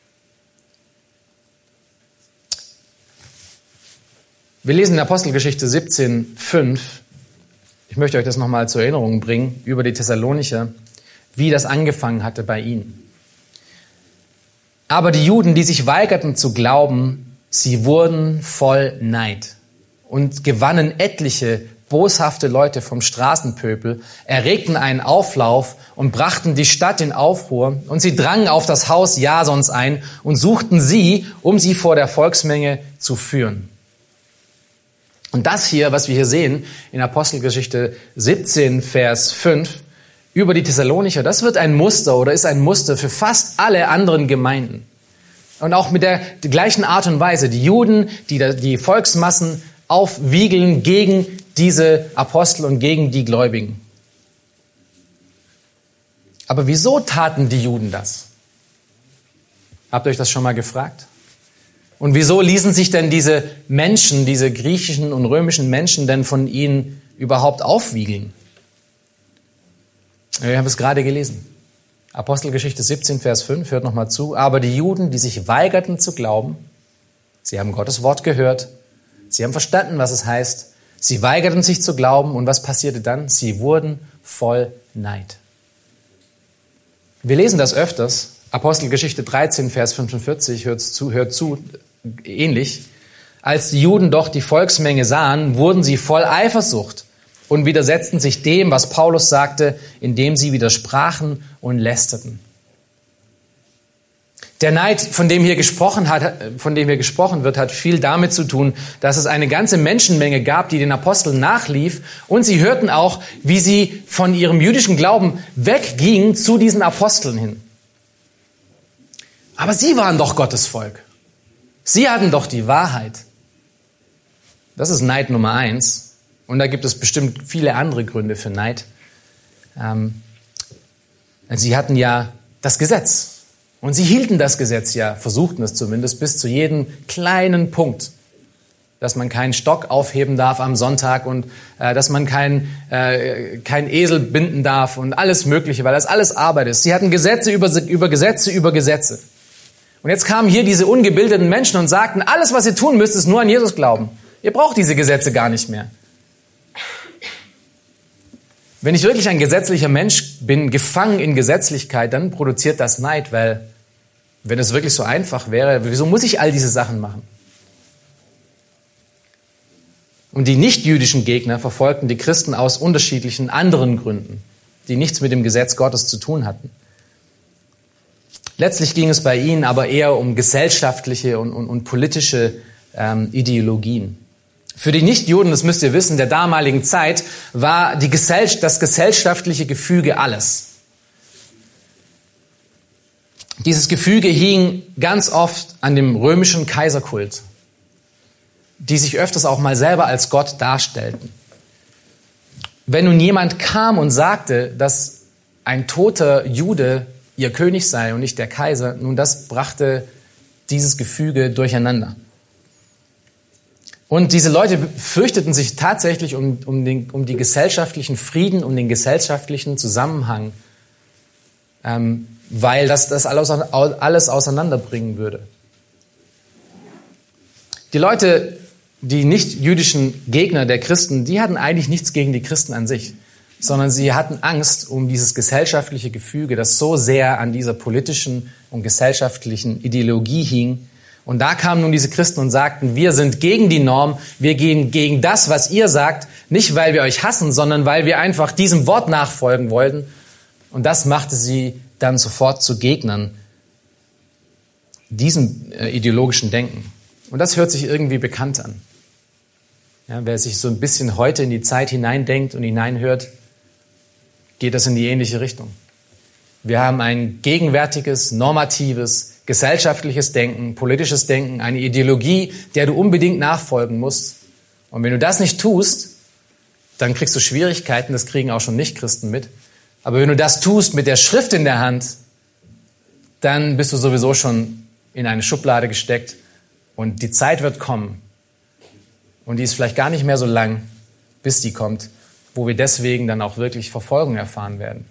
[SPEAKER 2] Wir lesen in Apostelgeschichte siebzehn, fünf. Ich möchte euch das nochmal zur Erinnerung bringen über die Thessalonicher, wie das angefangen hatte bei ihnen. Aber die Juden, die sich weigerten zu glauben, sie wurden voll Neid und gewannen etliche boshafte Leute vom Straßenpöbel, erregten einen Auflauf und brachten die Stadt in Aufruhr, und sie drangen auf das Haus Jasons ein und suchten sie, um sie vor der Volksmenge zu führen. Und das hier, was wir hier sehen, in Apostelgeschichte siebzehn, Vers fünf, über die Thessalonicher, das wird ein Muster oder ist ein Muster für fast alle anderen Gemeinden. Und auch mit der, der gleichen Art und Weise. Die Juden, die die Volksmassen aufwiegeln gegen diese Apostel und gegen die Gläubigen. Aber wieso taten die Juden das? Habt ihr euch das schon mal gefragt? Und wieso ließen sich denn diese Menschen, diese griechischen und römischen Menschen denn von ihnen überhaupt aufwiegeln? Wir haben es gerade gelesen. Apostelgeschichte siebzehn, Vers fünf, hört nochmal zu. Aber die Juden, die sich weigerten zu glauben, sie haben Gottes Wort gehört, sie haben verstanden, was es heißt, sie weigerten sich zu glauben, und was passierte dann? Sie wurden voll Neid. Wir lesen das öfters. Apostelgeschichte dreizehn, Vers fünfundvierzig, hört zu, hört zu, ähnlich. Als die Juden doch die Volksmenge sahen, wurden sie voll Eifersucht und widersetzten sich dem, was Paulus sagte, indem sie widersprachen und lästerten. Der Neid, von dem hier gesprochen hat, von dem hier gesprochen wird, hat viel damit zu tun, dass es eine ganze Menschenmenge gab, die den Aposteln nachlief, und sie hörten auch, wie sie von ihrem jüdischen Glauben weggingen zu diesen Aposteln hin. Aber sie waren doch Gottes Volk. Sie hatten doch die Wahrheit. Das ist Neid Nummer eins. Und da gibt es bestimmt viele andere Gründe für Neid. Ähm, sie hatten ja das Gesetz. Und sie hielten das Gesetz ja, versuchten es zumindest, bis zu jedem kleinen Punkt. Dass man keinen Stock aufheben darf am Sonntag und äh, dass man keinen äh, kein Esel binden darf und alles Mögliche, weil das alles Arbeit ist. Sie hatten Gesetze über, über Gesetze über Gesetze. Und jetzt kamen hier diese ungebildeten Menschen und sagten, alles, was ihr tun müsst, ist nur an Jesus glauben. Ihr braucht diese Gesetze gar nicht mehr. Wenn ich wirklich ein gesetzlicher Mensch bin, gefangen in Gesetzlichkeit, dann produziert das Neid, weil wenn es wirklich so einfach wäre, wieso muss ich all diese Sachen machen? Und die nicht-jüdischen Gegner verfolgten die Christen aus unterschiedlichen anderen Gründen, die nichts mit dem Gesetz Gottes zu tun hatten. Letztlich ging es bei ihnen aber eher um gesellschaftliche und, und, und politische ähm, Ideologien. Für die Nichtjuden, das müsst ihr wissen, der damaligen Zeit war die Gesell- das gesellschaftliche Gefüge alles. Dieses Gefüge hing ganz oft an dem römischen Kaiserkult, die sich öfters auch mal selber als Gott darstellten. Wenn nun jemand kam und sagte, dass ein toter Jude ihr König sei und nicht der Kaiser, nun das brachte dieses Gefüge durcheinander. Und diese Leute fürchteten sich tatsächlich um, um, den, um die gesellschaftlichen Frieden, um den gesellschaftlichen Zusammenhang, ähm, weil das das alles, alles auseinanderbringen würde. Die Leute, die nicht-jüdischen Gegner der Christen, die hatten eigentlich nichts gegen die Christen an sich, sondern sie hatten Angst um dieses gesellschaftliche Gefüge, das so sehr an dieser politischen und gesellschaftlichen Ideologie hing. Und da kamen nun diese Christen und sagten, wir sind gegen die Norm, wir gehen gegen das, was ihr sagt, nicht weil wir euch hassen, sondern weil wir einfach diesem Wort nachfolgen wollten. Und das machte sie dann sofort zu Gegnern diesem äh, ideologischen Denken. Und das hört sich irgendwie bekannt an. Ja, wer sich so ein bisschen heute in die Zeit hineindenkt und hineinhört, geht das in die ähnliche Richtung. Wir haben ein gegenwärtiges, normatives, gesellschaftliches Denken, politisches Denken, eine Ideologie, der du unbedingt nachfolgen musst. Und wenn du das nicht tust, dann kriegst du Schwierigkeiten, das kriegen auch schon Nichtchristen mit. Aber wenn du das tust mit der Schrift in der Hand, dann bist du sowieso schon in eine Schublade gesteckt und die Zeit wird kommen. Und die ist vielleicht gar nicht mehr so lang, bis die kommt, wo wir deswegen dann auch wirklich Verfolgung erfahren werden.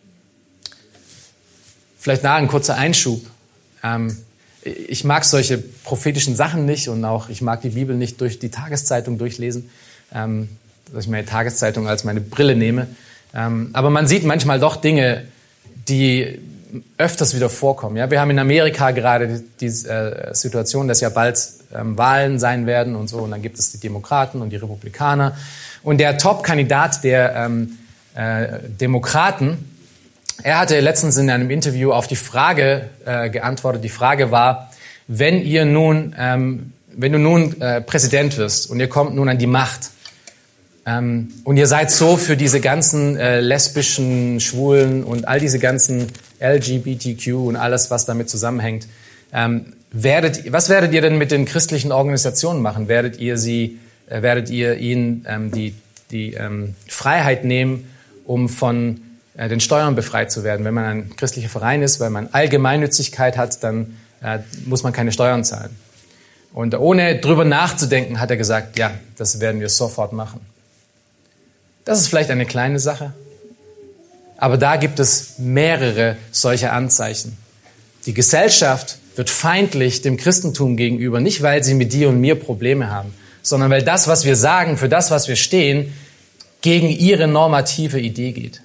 [SPEAKER 2] Vielleicht da ein kurzer Einschub. Ähm, ich mag solche prophetischen Sachen nicht und auch ich mag die Bibel nicht durch die Tageszeitung durchlesen, ähm, dass ich meine Tageszeitung als meine Brille nehme. Ähm, aber man sieht manchmal doch Dinge, die öfters wieder vorkommen. Ja, wir haben in Amerika gerade die, die äh, Situation, dass ja bald ähm, Wahlen sein werden und so. Und dann gibt es die Demokraten und die Republikaner. Und der Top-Kandidat der ähm, äh, Demokraten, er hatte letztens in einem Interview auf die Frage äh, geantwortet. Die Frage war, wenn ihr nun, ähm, wenn du nun äh, Präsident wirst und ihr kommt nun an die Macht ähm, und ihr seid so für diese ganzen äh, lesbischen, schwulen und all diese ganzen L G B T Q und alles, was damit zusammenhängt, ähm, werdet, was werdet ihr denn mit den christlichen Organisationen machen? Werdet ihr sie, äh, werdet ihr ihnen ähm, die, die ähm, Freiheit nehmen, um von den Steuern befreit zu werden? Wenn man ein christlicher Verein ist, weil man Allgemeinnützigkeit hat, dann äh, muss man keine Steuern zahlen. Und ohne drüber nachzudenken, hat er gesagt, ja, das werden wir sofort machen. Das ist vielleicht eine kleine Sache, aber da gibt es mehrere solcher Anzeichen. Die Gesellschaft wird feindlich dem Christentum gegenüber, nicht weil sie mit dir und mir Probleme haben, sondern weil das, was wir sagen, für das, was wir stehen, gegen ihre normative Idee geht.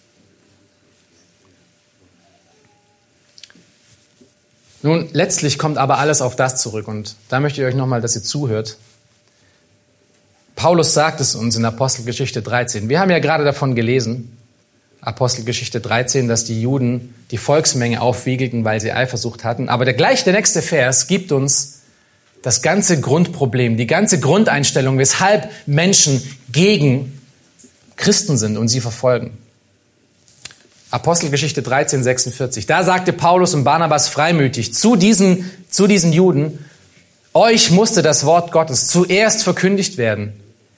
[SPEAKER 2] Nun, letztlich kommt aber alles auf das zurück und da möchte ich euch nochmal, dass ihr zuhört. Paulus sagt es uns in Apostelgeschichte dreizehn. Wir haben ja gerade davon gelesen, Apostelgeschichte dreizehn, dass die Juden die Volksmenge aufwiegelten, weil sie Eifersucht hatten. Aber der gleich der nächste Vers gibt uns das ganze Grundproblem, die ganze Grundeinstellung, weshalb Menschen gegen Christen sind und sie verfolgen. Apostelgeschichte dreizehn, sechsundvierzig. Da sagte Paulus und Barnabas freimütig zu diesen, zu diesen Juden, euch musste das Wort Gottes zuerst verkündigt werden.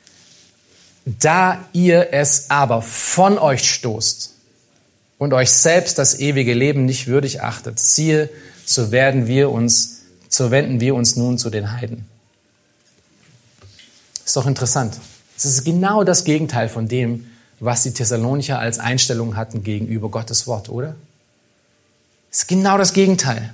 [SPEAKER 2] Da ihr es aber von euch stoßt und euch selbst das ewige Leben nicht würdig achtet, siehe, so werden wir uns, so wenden wir uns nun zu den Heiden. Ist doch interessant. Es ist genau das Gegenteil von dem, was die Thessalonicher als Einstellung hatten gegenüber Gottes Wort, oder? Es ist genau das Gegenteil.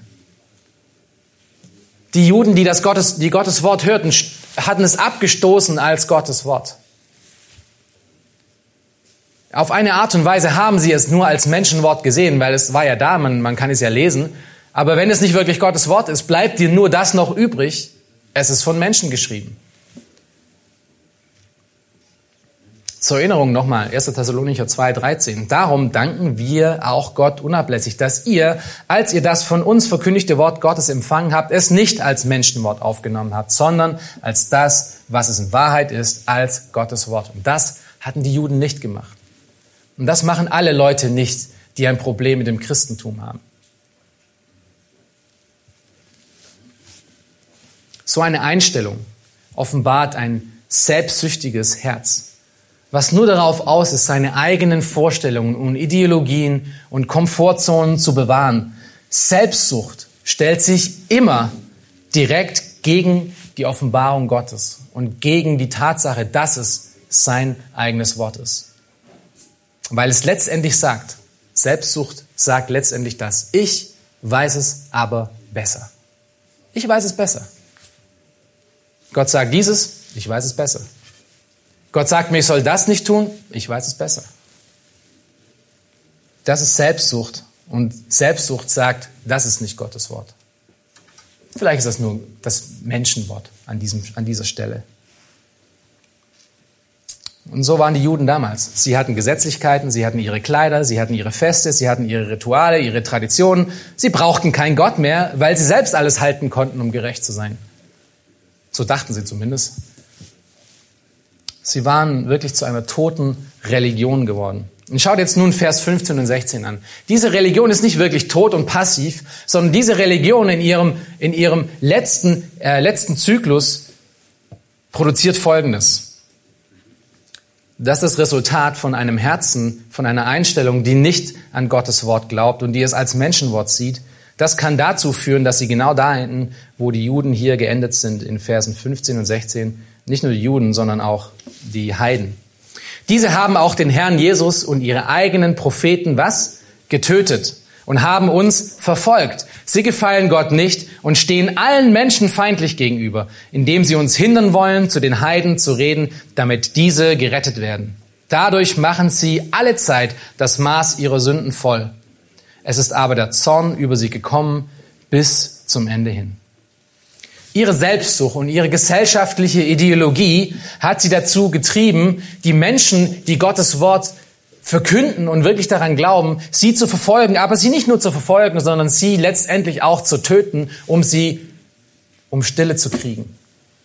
[SPEAKER 2] Die Juden, die das Gottes, die Gottes Wort hörten, hatten es abgestoßen als Gottes Wort. Auf eine Art und Weise haben sie es nur als Menschenwort gesehen, weil es war ja da, man, man kann es ja lesen. Aber wenn es nicht wirklich Gottes Wort ist, bleibt dir nur das noch übrig. Es ist von Menschen geschrieben. Zur Erinnerung nochmal, erster Thessalonicher zwei, dreizehn. Darum danken wir auch Gott unablässig, dass ihr, als ihr das von uns verkündigte Wort Gottes empfangen habt, es nicht als Menschenwort aufgenommen habt, sondern als das, was es in Wahrheit ist, als Gottes Wort. Und das hatten die Juden nicht gemacht. Und das machen alle Leute nicht, die ein Problem mit dem Christentum haben. So eine Einstellung offenbart ein selbstsüchtiges Herz, was nur darauf aus ist, seine eigenen Vorstellungen und Ideologien und Komfortzonen zu bewahren. Selbstsucht stellt sich immer direkt gegen die Offenbarung Gottes und gegen die Tatsache, dass es sein eigenes Wort ist. Weil es letztendlich sagt, Selbstsucht sagt letztendlich das, ich weiß es aber besser. Ich weiß es besser. Gott sagt dieses, ich weiß es besser. Gott sagt mir, ich soll das nicht tun, ich weiß es besser. Das ist Selbstsucht. Und Selbstsucht sagt, das ist nicht Gottes Wort. Vielleicht ist das nur das Menschenwort an, diesem, an dieser Stelle. Und so waren die Juden damals. Sie hatten Gesetzlichkeiten, sie hatten ihre Kleider, sie hatten ihre Feste, sie hatten ihre Rituale, ihre Traditionen. Sie brauchten keinen Gott mehr, weil sie selbst alles halten konnten, um gerecht zu sein. So dachten sie zumindest. Sie waren wirklich zu einer toten Religion geworden. Und schaut jetzt nun Vers fünfzehn und sechzehn an. Diese Religion ist nicht wirklich tot und passiv, sondern diese Religion in ihrem, in ihrem letzten, äh, letzten Zyklus produziert Folgendes. Das ist das Resultat von einem Herzen, von einer Einstellung, die nicht an Gottes Wort glaubt und die es als Menschenwort sieht. Das kann dazu führen, dass sie genau da enden, wo die Juden hier geendet sind, in Versen fünfzehn und sechzehn. Nicht nur die Juden, sondern auch die Heiden. Diese haben auch den Herrn Jesus und ihre eigenen Propheten was? Getötet und haben uns verfolgt. Sie gefallen Gott nicht und stehen allen Menschen feindlich gegenüber, indem sie uns hindern wollen, zu den Heiden zu reden, damit diese gerettet werden. Dadurch machen sie allezeit das Maß ihrer Sünden voll. Es ist aber der Zorn über sie gekommen bis zum Ende hin. Ihre Selbstsucht und ihre gesellschaftliche Ideologie hat sie dazu getrieben, die Menschen, die Gottes Wort verkünden und wirklich daran glauben, sie zu verfolgen, aber sie nicht nur zu verfolgen, sondern sie letztendlich auch zu töten, um sie um Stille zu kriegen.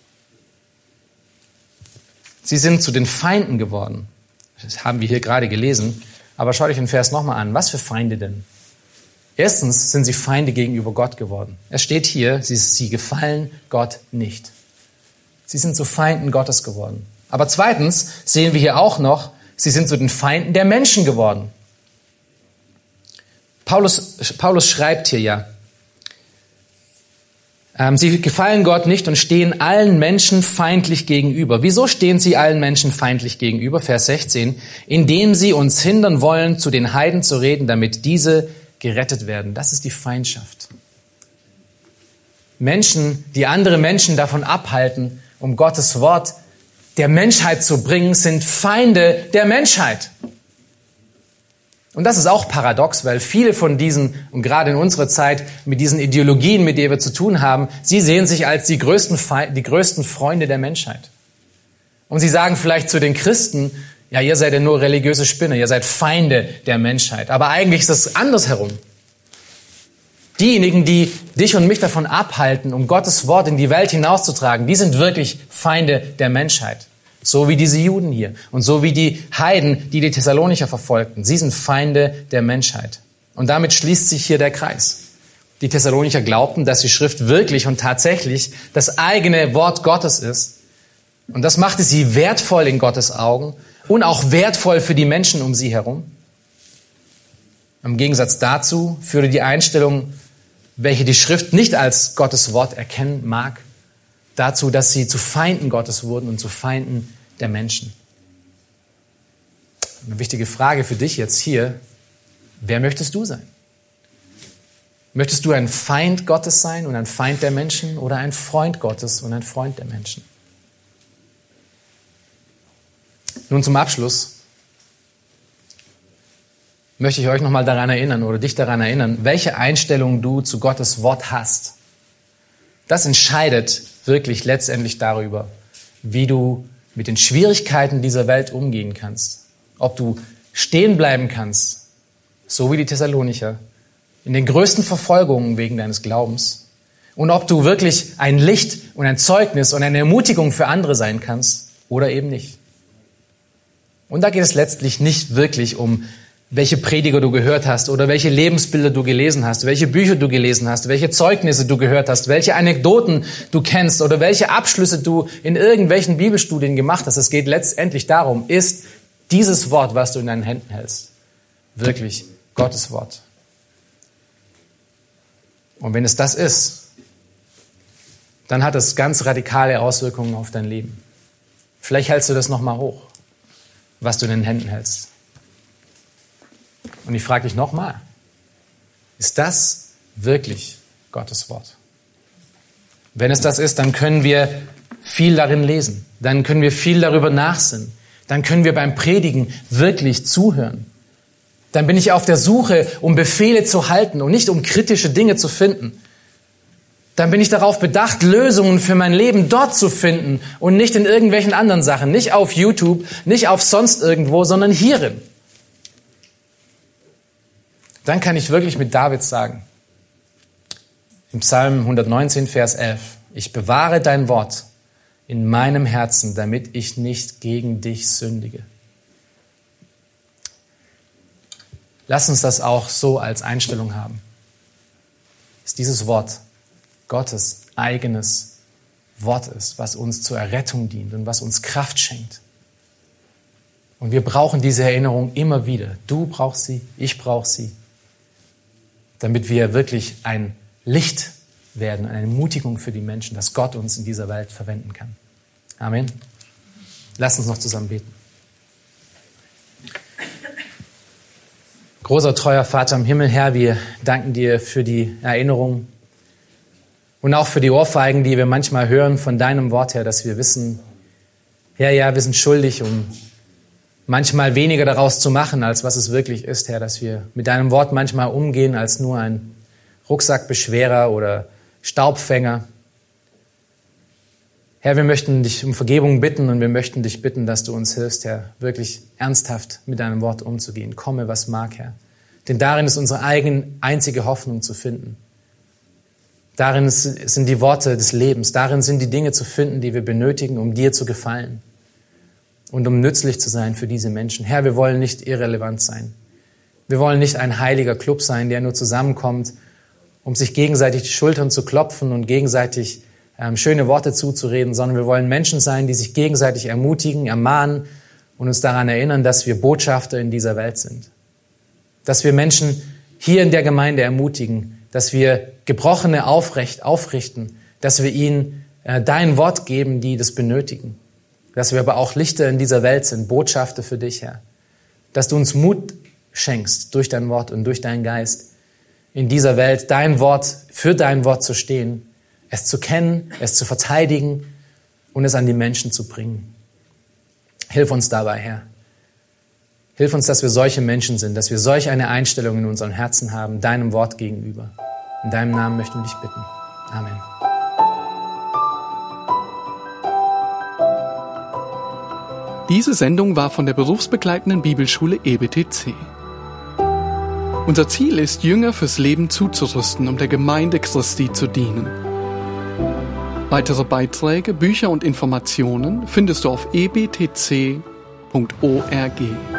[SPEAKER 2] Sie sind zu den Feinden geworden. Das haben wir hier gerade gelesen. Aber schaut euch den Vers nochmal an. Was für Feinde denn? Erstens sind sie Feinde gegenüber Gott geworden. Es steht hier, sie, sie gefallen Gott nicht. Sie sind zu Feinden Gottes geworden. Aber zweitens sehen wir hier auch noch, sie sind zu den Feinden der Menschen geworden. Paulus, Paulus schreibt hier ja, ähm, sie gefallen Gott nicht und stehen allen Menschen feindlich gegenüber. Wieso stehen sie allen Menschen feindlich gegenüber? Vers sechzehn. Indem sie uns hindern wollen, zu den Heiden zu reden, damit diese gerettet werden. Das ist die Feindschaft. Menschen, die andere Menschen davon abhalten, um Gottes Wort der Menschheit zu bringen, sind Feinde der Menschheit. Und das ist auch paradox, weil viele von diesen, und gerade in unserer Zeit, mit diesen Ideologien, mit denen wir zu tun haben, sie sehen sich als die größten, Fe- die größten Freunde der Menschheit. Und sie sagen vielleicht zu den Christen, ja, ihr seid ja nur religiöse Spinner, ihr seid Feinde der Menschheit. Aber eigentlich ist es andersherum. Diejenigen, die dich und mich davon abhalten, um Gottes Wort in die Welt hinauszutragen, die sind wirklich Feinde der Menschheit. So wie diese Juden hier und so wie die Heiden, die die Thessalonicher verfolgten. Sie sind Feinde der Menschheit. Und damit schließt sich hier der Kreis. Die Thessalonicher glaubten, dass die Schrift wirklich und tatsächlich das eigene Wort Gottes ist. Und das machte sie wertvoll in Gottes Augen und auch wertvoll für die Menschen um sie herum. Im Gegensatz dazu führte die Einstellung, welche die Schrift nicht als Gottes Wort erkennen mag, dazu, dass sie zu Feinden Gottes wurden und zu Feinden der Menschen. Eine wichtige Frage für dich jetzt hier: Wer möchtest du sein? Möchtest du ein Feind Gottes sein und ein Feind der Menschen oder ein Freund Gottes und ein Freund der Menschen? Nun zum Abschluss. möchte ich euch nochmal daran erinnern oder dich daran erinnern, welche Einstellung du zu Gottes Wort hast. Das entscheidet wirklich letztendlich darüber, wie du mit den Schwierigkeiten dieser Welt umgehen kannst. Ob du stehen bleiben kannst, so wie die Thessalonicher, in den größten Verfolgungen wegen deines Glaubens. Und ob du wirklich ein Licht und ein Zeugnis und eine Ermutigung für andere sein kannst oder eben nicht. Und da geht es letztlich nicht wirklich um, welche Prediger du gehört hast oder welche Lebensbilder du gelesen hast, welche Bücher du gelesen hast, welche Zeugnisse du gehört hast, welche Anekdoten du kennst oder welche Abschlüsse du in irgendwelchen Bibelstudien gemacht hast. Es geht letztendlich darum, ist dieses Wort, was du in deinen Händen hältst, wirklich Gottes Wort? Und wenn es das ist, dann hat es ganz radikale Auswirkungen auf dein Leben. Vielleicht hältst du das nochmal hoch, was du in den Händen hältst. Und ich frage dich nochmal, ist das wirklich Gottes Wort? Wenn es das ist, dann können wir viel darin lesen. Dann können wir viel darüber nachsinnen. Dann können wir beim Predigen wirklich zuhören. Dann bin ich auf der Suche, um Befehle zu halten und nicht um kritische Dinge zu finden. Dann bin ich darauf bedacht, Lösungen für mein Leben dort zu finden und nicht in irgendwelchen anderen Sachen. Nicht auf YouTube, nicht auf sonst irgendwo, sondern hierin. Dann kann ich wirklich mit David sagen, im Psalm hundertneunzehn, Vers elf, ich bewahre dein Wort in meinem Herzen, damit ich nicht gegen dich sündige. Lass uns das auch so als Einstellung haben. Dass dieses Wort Gottes eigenes Wort ist, was uns zur Errettung dient und was uns Kraft schenkt. Und wir brauchen diese Erinnerung immer wieder. Du brauchst sie, ich brauche sie, damit wir wirklich ein Licht werden, eine Ermutigung für die Menschen, dass Gott uns in dieser Welt verwenden kann. Amen. Lass uns noch zusammen beten. Großer, treuer Vater im Himmel, Herr, wir danken dir für die Erinnerung und auch für die Ohrfeigen, die wir manchmal hören von deinem Wort her, dass wir wissen, Herr, ja, wir sind schuldig, um manchmal weniger daraus zu machen, als was es wirklich ist, Herr, dass wir mit deinem Wort manchmal umgehen als nur ein Rucksackbeschwerer oder Staubfänger. Herr, wir möchten dich um Vergebung bitten und wir möchten dich bitten, dass du uns hilfst, Herr, wirklich ernsthaft mit deinem Wort umzugehen. Komme, was mag, Herr. Denn darin ist unsere eigene einzige Hoffnung zu finden. Darin sind die Worte des Lebens. Darin sind die Dinge zu finden, die wir benötigen, um dir zu gefallen und um nützlich zu sein für diese Menschen. Herr, wir wollen nicht irrelevant sein. Wir wollen nicht ein heiliger Club sein, der nur zusammenkommt, um sich gegenseitig die Schultern zu klopfen und gegenseitig ähm, schöne Worte zuzureden, sondern wir wollen Menschen sein, die sich gegenseitig ermutigen, ermahnen und uns daran erinnern, dass wir Botschafter in dieser Welt sind. Dass wir Menschen hier in der Gemeinde ermutigen, dass wir Gebrochene aufrecht, aufrichten, dass wir ihnen äh, dein Wort geben, die das benötigen. Dass wir aber auch Lichter in dieser Welt sind, Botschafter für dich, Herr. Dass du uns Mut schenkst durch dein Wort und durch deinen Geist, in dieser Welt dein Wort, für dein Wort zu stehen, es zu kennen, es zu verteidigen und es an die Menschen zu bringen. Hilf uns dabei, Herr. Hilf uns, dass wir solche Menschen sind, dass wir solch eine Einstellung in unseren Herzen haben, deinem Wort gegenüber. In deinem Namen möchten wir dich bitten. Amen.
[SPEAKER 1] Diese Sendung war von der berufsbegleitenden Bibelschule E B T C. Unser Ziel ist, Jünger fürs Leben zuzurüsten, um der Gemeinde Christi zu dienen. Weitere Beiträge, Bücher und Informationen findest du auf e b t c punkt org.